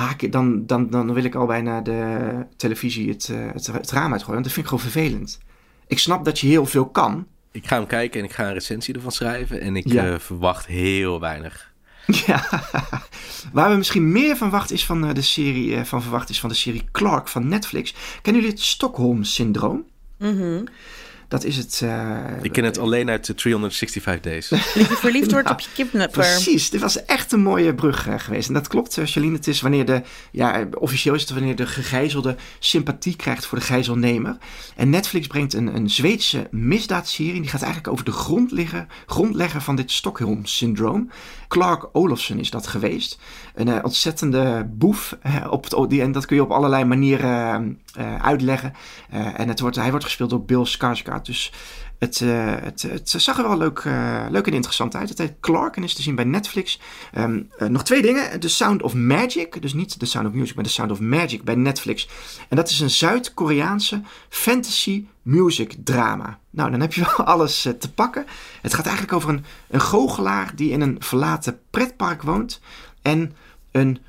dan wil ik al bijna de televisie het raam uitgooien. Want dat vind ik gewoon vervelend. Ik snap dat je heel veel kan. Ik ga hem kijken en ik ga een recensie ervan schrijven en ik verwacht heel weinig. Ja, waar we misschien meer van verwacht is van de serie Clark van Netflix. Kennen jullie het Stockholm-syndroom? Mm-hmm. Dat is het... Ik ken het alleen uit de 365 Days. Dat je verliefd wordt op je kidnapper. Precies, dit was echt een mooie brug geweest. En dat klopt, Charlene. Het is wanneer officieel is het wanneer de gegijzelde sympathie krijgt voor de gijzelnemer. En Netflix brengt een Zweedse misdaadserie. Die gaat eigenlijk over de grondlegger van dit Stockholm-syndroom. Clark Olofsson is dat geweest. Een ontzettende boef. En dat kun je op allerlei manieren uitleggen. En hij wordt gespeeld door Bill Skarsgård. Dus het zag er wel leuk en interessant uit. Het heet Clark en is te zien bij Netflix. Nog 2 dingen. The Sound of Magic. Dus niet The Sound of Music, maar The Sound of Magic bij Netflix. En dat is een Zuid-Koreaanse fantasy music drama. Nou, dan heb je wel alles te pakken. Het gaat eigenlijk over een goochelaar die in een verlaten pretpark woont. En een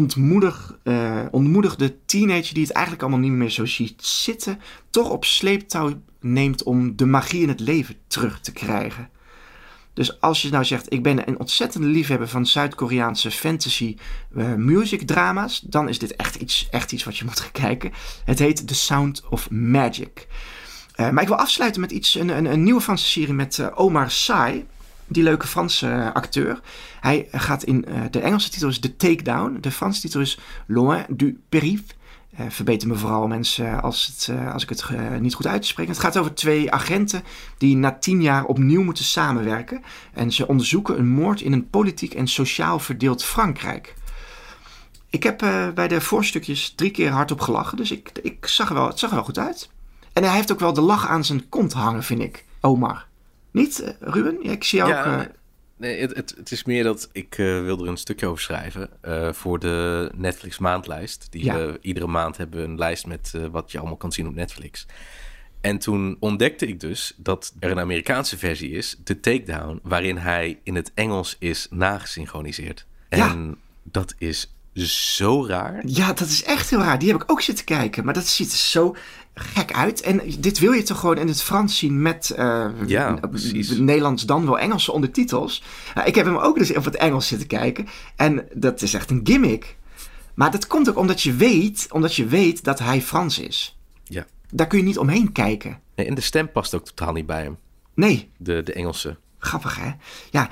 ontmoedigde teenager die het eigenlijk allemaal niet meer zo ziet zitten, toch op sleeptouw neemt om de magie in het leven terug te krijgen. Dus als je nou zegt, ik ben een ontzettende liefhebber van Zuid-Koreaanse fantasy music drama's, dan is dit echt iets wat je moet gaan kijken. Het heet The Sound of Magic. Maar ik wil afsluiten met een nieuwe Franse serie met Omar Sy. Die leuke Franse acteur. Hij gaat de Engelse titel is The Takedown. De Franse titel is Loin du Périph. Verbeter me vooral mensen als ik het niet goed uitspreek. Het gaat over 2 agenten die na 10 jaar opnieuw moeten samenwerken. En ze onderzoeken een moord in een politiek en sociaal verdeeld Frankrijk. Ik heb bij de voorstukjes 3 keer hardop gelachen. Dus het zag er wel goed uit. En hij heeft ook wel de lach aan zijn kont hangen, vind ik. Omar. Niet, Ruben? Ja, ik zie jou ook... Nee, het is meer dat ik wil er een stukje over schrijven voor de Netflix maandlijst. Iedere maand hebben we een lijst met wat je allemaal kan zien op Netflix. En toen ontdekte ik dus dat er een Amerikaanse versie is, The Takedown, waarin hij in het Engels is nagesynchroniseerd. En dat is zo raar. Ja, dat is echt heel raar. Die heb ik ook zitten kijken, maar dat ziet er zo gek uit. En dit wil je toch gewoon in het Frans zien met Nederlands dan wel Engelse ondertitels. Ik heb hem ook dus op het Engels zitten kijken. En dat is echt een gimmick. Maar dat komt ook omdat je weet dat hij Frans is. Ja. Daar kun je niet omheen kijken. Nee, en de stem past ook totaal niet bij hem. Nee. De Engelse. Grappig, hè? Ja,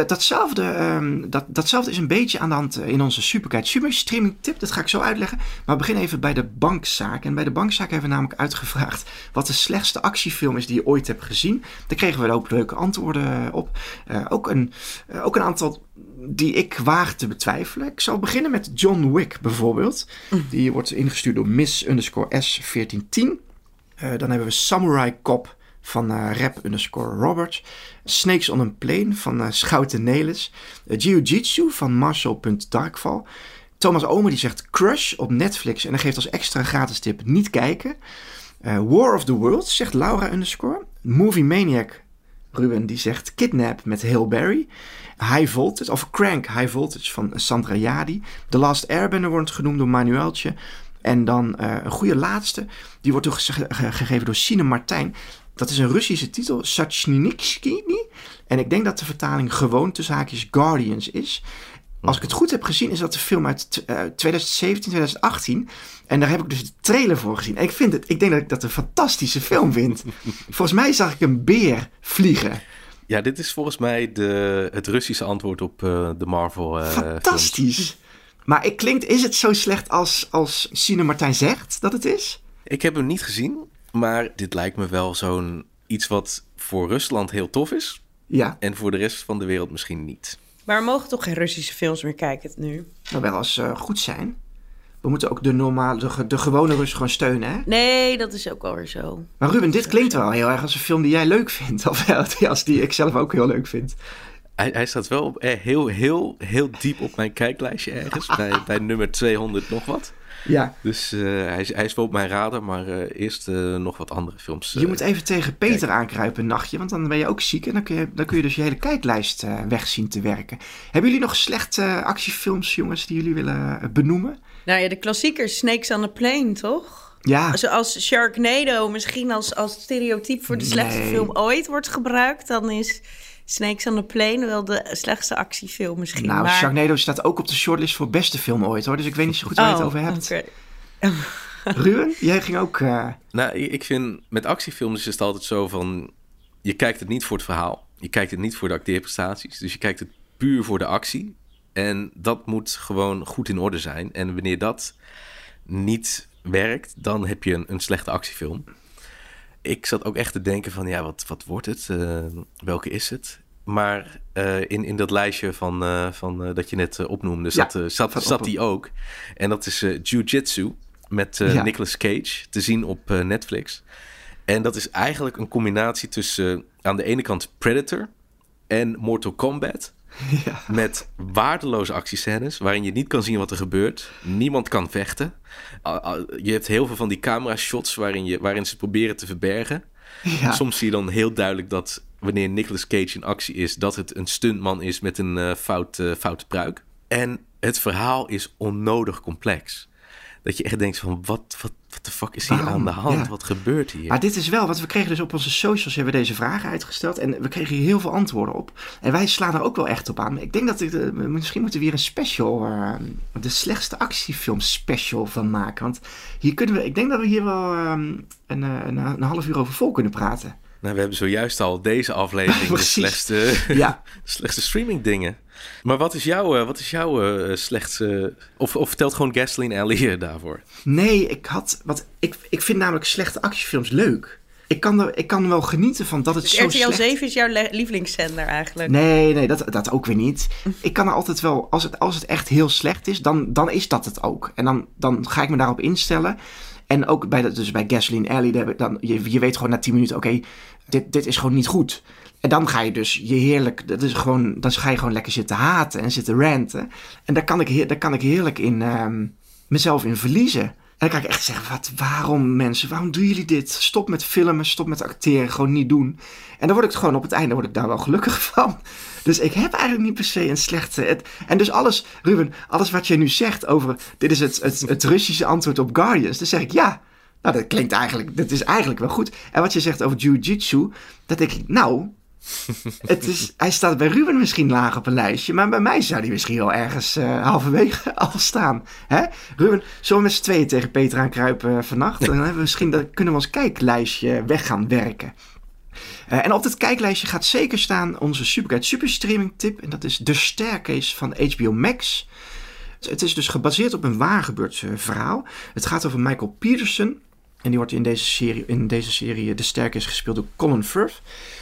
datzelfde is een beetje aan de hand in onze Super streaming tip. Dat ga ik zo uitleggen. Maar we beginnen even bij de bankzaak. En bij de bankzaak hebben we namelijk uitgevraagd wat de slechtste actiefilm is die je ooit hebt gezien. Daar kregen we ook leuke antwoorden op. Ook een aantal die ik waag te betwijfelen. Ik zal beginnen met John Wick bijvoorbeeld. Die wordt ingestuurd door Miss_S1410. Dan hebben we Samurai Cop van Rap_Robert. Snakes on a Plane van Schouten Nelis. Jiu-Jitsu van Marcel.Darkval. Thomas Omer die zegt Crush op Netflix. En hij geeft als extra gratis tip niet kijken. War of the Worlds zegt Laura_. Movie Maniac Ruben die zegt Kidnap met Halle Berry. High Voltage of Crank High Voltage van Sandra Jadi. The Last Airbender wordt genoemd door Manueltje. En dan een goede laatste. Die wordt gegeven door Sine Martijn. Dat is een Russische titel, Sachninikskini. En ik denk dat de vertaling gewoon tussen haakjes Guardians is. Als ik het goed heb gezien, is dat de film uit 2017, 2018. En daar heb ik dus de trailer voor gezien. En ik denk dat ik dat een fantastische film vind. Volgens mij zag ik een beer vliegen. Ja, dit is volgens mij het Russische antwoord op de Marvel fantastisch. Films. Maar is het zo slecht als Sine Martijn zegt dat het is? Ik heb hem niet gezien. Maar dit lijkt me wel zo'n iets wat voor Rusland heel tof is. Ja. En voor de rest van de wereld misschien niet. Maar we mogen toch geen Russische films meer kijken nu? Nou, wel als ze goed zijn. We moeten ook de gewone Russen gewoon steunen, hè? Nee, dat is ook alweer zo. Maar Ruben, dit klinkt wel heel erg als een film die jij leuk vindt. Of als die ik zelf ook heel leuk vind. Hij staat wel heel diep op mijn kijklijstje ergens. bij nummer 200 nog wat. Ja. Dus hij is wel op mijn radar, maar eerst nog wat andere films. Je moet even tegen Peter aankruipen een nachtje, want dan ben je ook ziek. En dan kun je dus je hele kijklijst weg zien te werken. Hebben jullie nog slechte actiefilms, jongens, die jullie willen benoemen? Nou ja, de klassiekers, Snakes on a Plane, toch? Ja. Zoals Sharknado misschien als stereotype voor de slechtste film ooit wordt gebruikt, dan is Snakes on a Plane wel de slechtste actiefilm misschien. Nou, maar... Sharknado staat ook op de shortlist voor beste film ooit, hoor. Dus ik weet niet zo goed waar je het over hebt. Okay. Ruben, jij ging ook... Nou, ik vind met actiefilms is het altijd zo van... Je kijkt het niet voor het verhaal. Je kijkt het niet voor de acteerprestaties. Dus je kijkt het puur voor de actie. En dat moet gewoon goed in orde zijn. En wanneer dat niet werkt, dan heb je een slechte actiefilm. Ik zat ook echt te denken van, ja, wat wordt het? Welke is het? Maar in dat lijstje van dat je net opnoemde, zat die ook. En dat is Jiu-Jitsu met Nicolas Cage, te zien op Netflix. En dat is eigenlijk een combinatie tussen aan de ene kant Predator en Mortal Kombat. Ja. Met waardeloze actiescènes waarin je niet kan zien wat er gebeurt. Niemand kan vechten. Je hebt heel veel van die camera-shots waarin ze proberen te verbergen. Ja. Soms zie je dan heel duidelijk dat wanneer Nicolas Cage in actie is, dat het een stuntman is met een foute pruik. En het verhaal is onnodig complex. Dat je echt denkt van, wat de fuck is hier aan de hand? Ja. Wat gebeurt hier? Maar dit is wel, want we kregen dus op onze socials hebben we deze vragen uitgesteld. En we kregen hier heel veel antwoorden op. En wij slaan er ook wel echt op aan. Ik denk dat misschien moeten we hier een special, de slechtste actiefilm special van maken. Want hier ik denk dat we hier wel een half uur over vol kunnen praten. Nou, we hebben zojuist al deze aflevering de slechtste streaming dingen. Maar wat is jouw slechtste... Of vertelt gewoon Gasoline Alley daarvoor? Nee, ik vind namelijk slechte actiefilms leuk. Ik kan wel genieten van dat het dus zo RTL slecht... 7 is jouw lievelingszender eigenlijk? Nee, dat ook weer niet. Ik kan er altijd wel... Als het echt heel slecht is, dan is dat het ook. En dan ga ik me daarop instellen. En ook bij Gasoline Alley, je weet gewoon na 10 minuten... Oké, dit is gewoon niet goed. En dan ga je dus dan ga je gewoon lekker zitten haten en zitten ranten. En daar kan ik heerlijk in mezelf in verliezen. En dan kan ik echt zeggen, waarom doen jullie dit? Stop met filmen, stop met acteren, gewoon niet doen. En dan word ik gewoon op het einde daar wel gelukkig van. Dus ik heb eigenlijk niet per se een slechte... En dus Ruben, alles wat je nu zegt over... Dit is het Russische antwoord op Guardians. Dan zeg ik ja. Nou, dat is eigenlijk wel goed. En wat je zegt over Jiu-Jitsu, dat denk ik, nou... Hij staat bij Ruben misschien laag op een lijstje, maar bij mij zou hij misschien wel ergens halverwege al staan. Hè? Ruben, zullen we met z'n tweeën tegen Peter aankruipen vannacht? Dan kunnen we ons kijklijstje weg gaan werken. En op het kijklijstje gaat zeker staan onze superstreaming tip. En dat is The Staircase van HBO Max. Het is dus gebaseerd op een waargebeurd verhaal. Het gaat over Michael Peterson. En die wordt in deze serie The Staircase gespeeld door Colin Firth.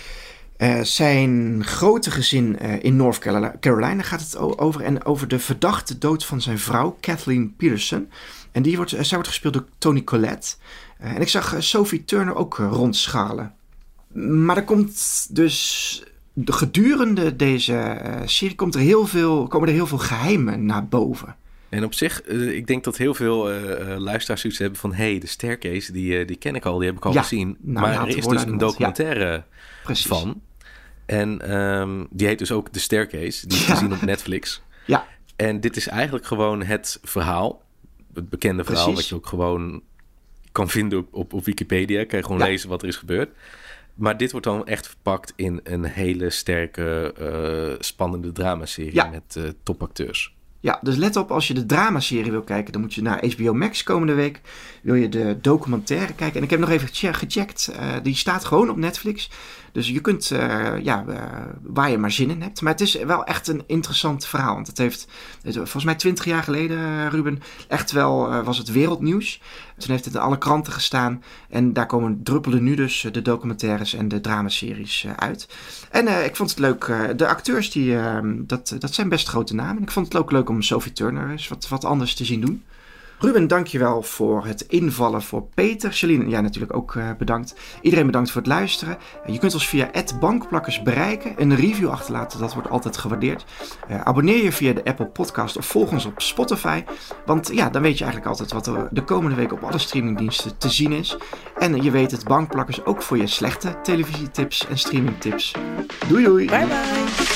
Zijn grote gezin in North Carolina gaat het over. En over de verdachte dood van zijn vrouw, Kathleen Peterson. En zij wordt gespeeld door Toni Collette. En ik zag Sophie Turner ook rondscharrelen. Maar er komt dus... Gedurende deze serie komen er heel veel geheimen naar boven. En op zich, ik denk dat heel veel luisteraars zoiets hebben van... de Staircase, die ken ik al, die heb ik al gezien. Nou, maar er is dus een documentaire van. En die heet dus ook The Staircase. Die is te zien op Netflix. Ja. En dit is eigenlijk gewoon het verhaal. Het bekende verhaal wat je ook gewoon kan vinden op Wikipedia. Kan je gewoon lezen wat er is gebeurd. Maar dit wordt dan echt verpakt in een hele sterke, spannende dramaserie met topacteurs. Ja, dus let op, als je de dramaserie wil kijken, dan moet je naar HBO Max komende week. Wil je de documentaire kijken? En ik heb nog even gecheckt. Die staat gewoon op Netflix. Dus je kunt, waar je maar zin in hebt. Maar het is wel echt een interessant verhaal. Want het heeft, volgens mij 20 jaar geleden, Ruben, echt wel was het wereldnieuws. Toen heeft het in alle kranten gestaan. En daar druppelen nu dus de documentaires en de dramaseries uit. En ik vond het leuk. De acteurs, dat zijn best grote namen. En ik vond het ook leuk om Sophie Turner eens wat anders te zien doen. Ruben, dankjewel voor het invallen voor Peter. Charlene, jij natuurlijk ook bedankt. Iedereen bedankt voor het luisteren. Je kunt ons via @bankplakkers bereiken. Een review achterlaten, dat wordt altijd gewaardeerd. Abonneer je via de Apple Podcast of volg ons op Spotify. Want ja, dan weet je eigenlijk altijd wat er de komende week op alle streamingdiensten te zien is. En je weet het, Bankplakkers ook voor je slechte televisietips en streamingtips. Doei doei! Bye bye!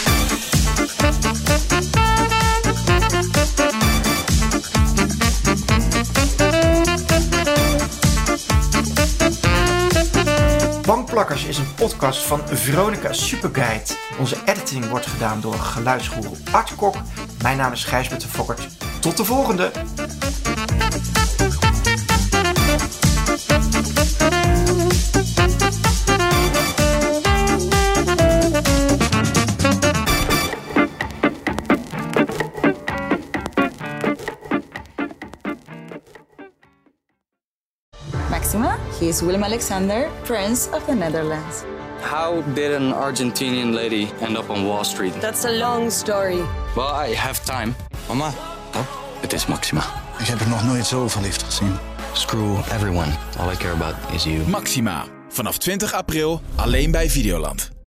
Bankplakkers is een podcast van Veronica Superguide. Onze editing wordt gedaan door geluidsgoeroe Art Kok. Mijn naam is Gijsbert de Fokkert. Tot de volgende! Maxima, he is Willem Alexander, Prince of the Netherlands. How did an Argentinian lady end up on Wall Street? That's a long story. Well, I have time. Mama, Het is Maxima. ik heb er nog nooit zo verliefd gezien. Screw everyone. All I care about is you. Maxima. Vanaf 20 april alleen bij Videoland.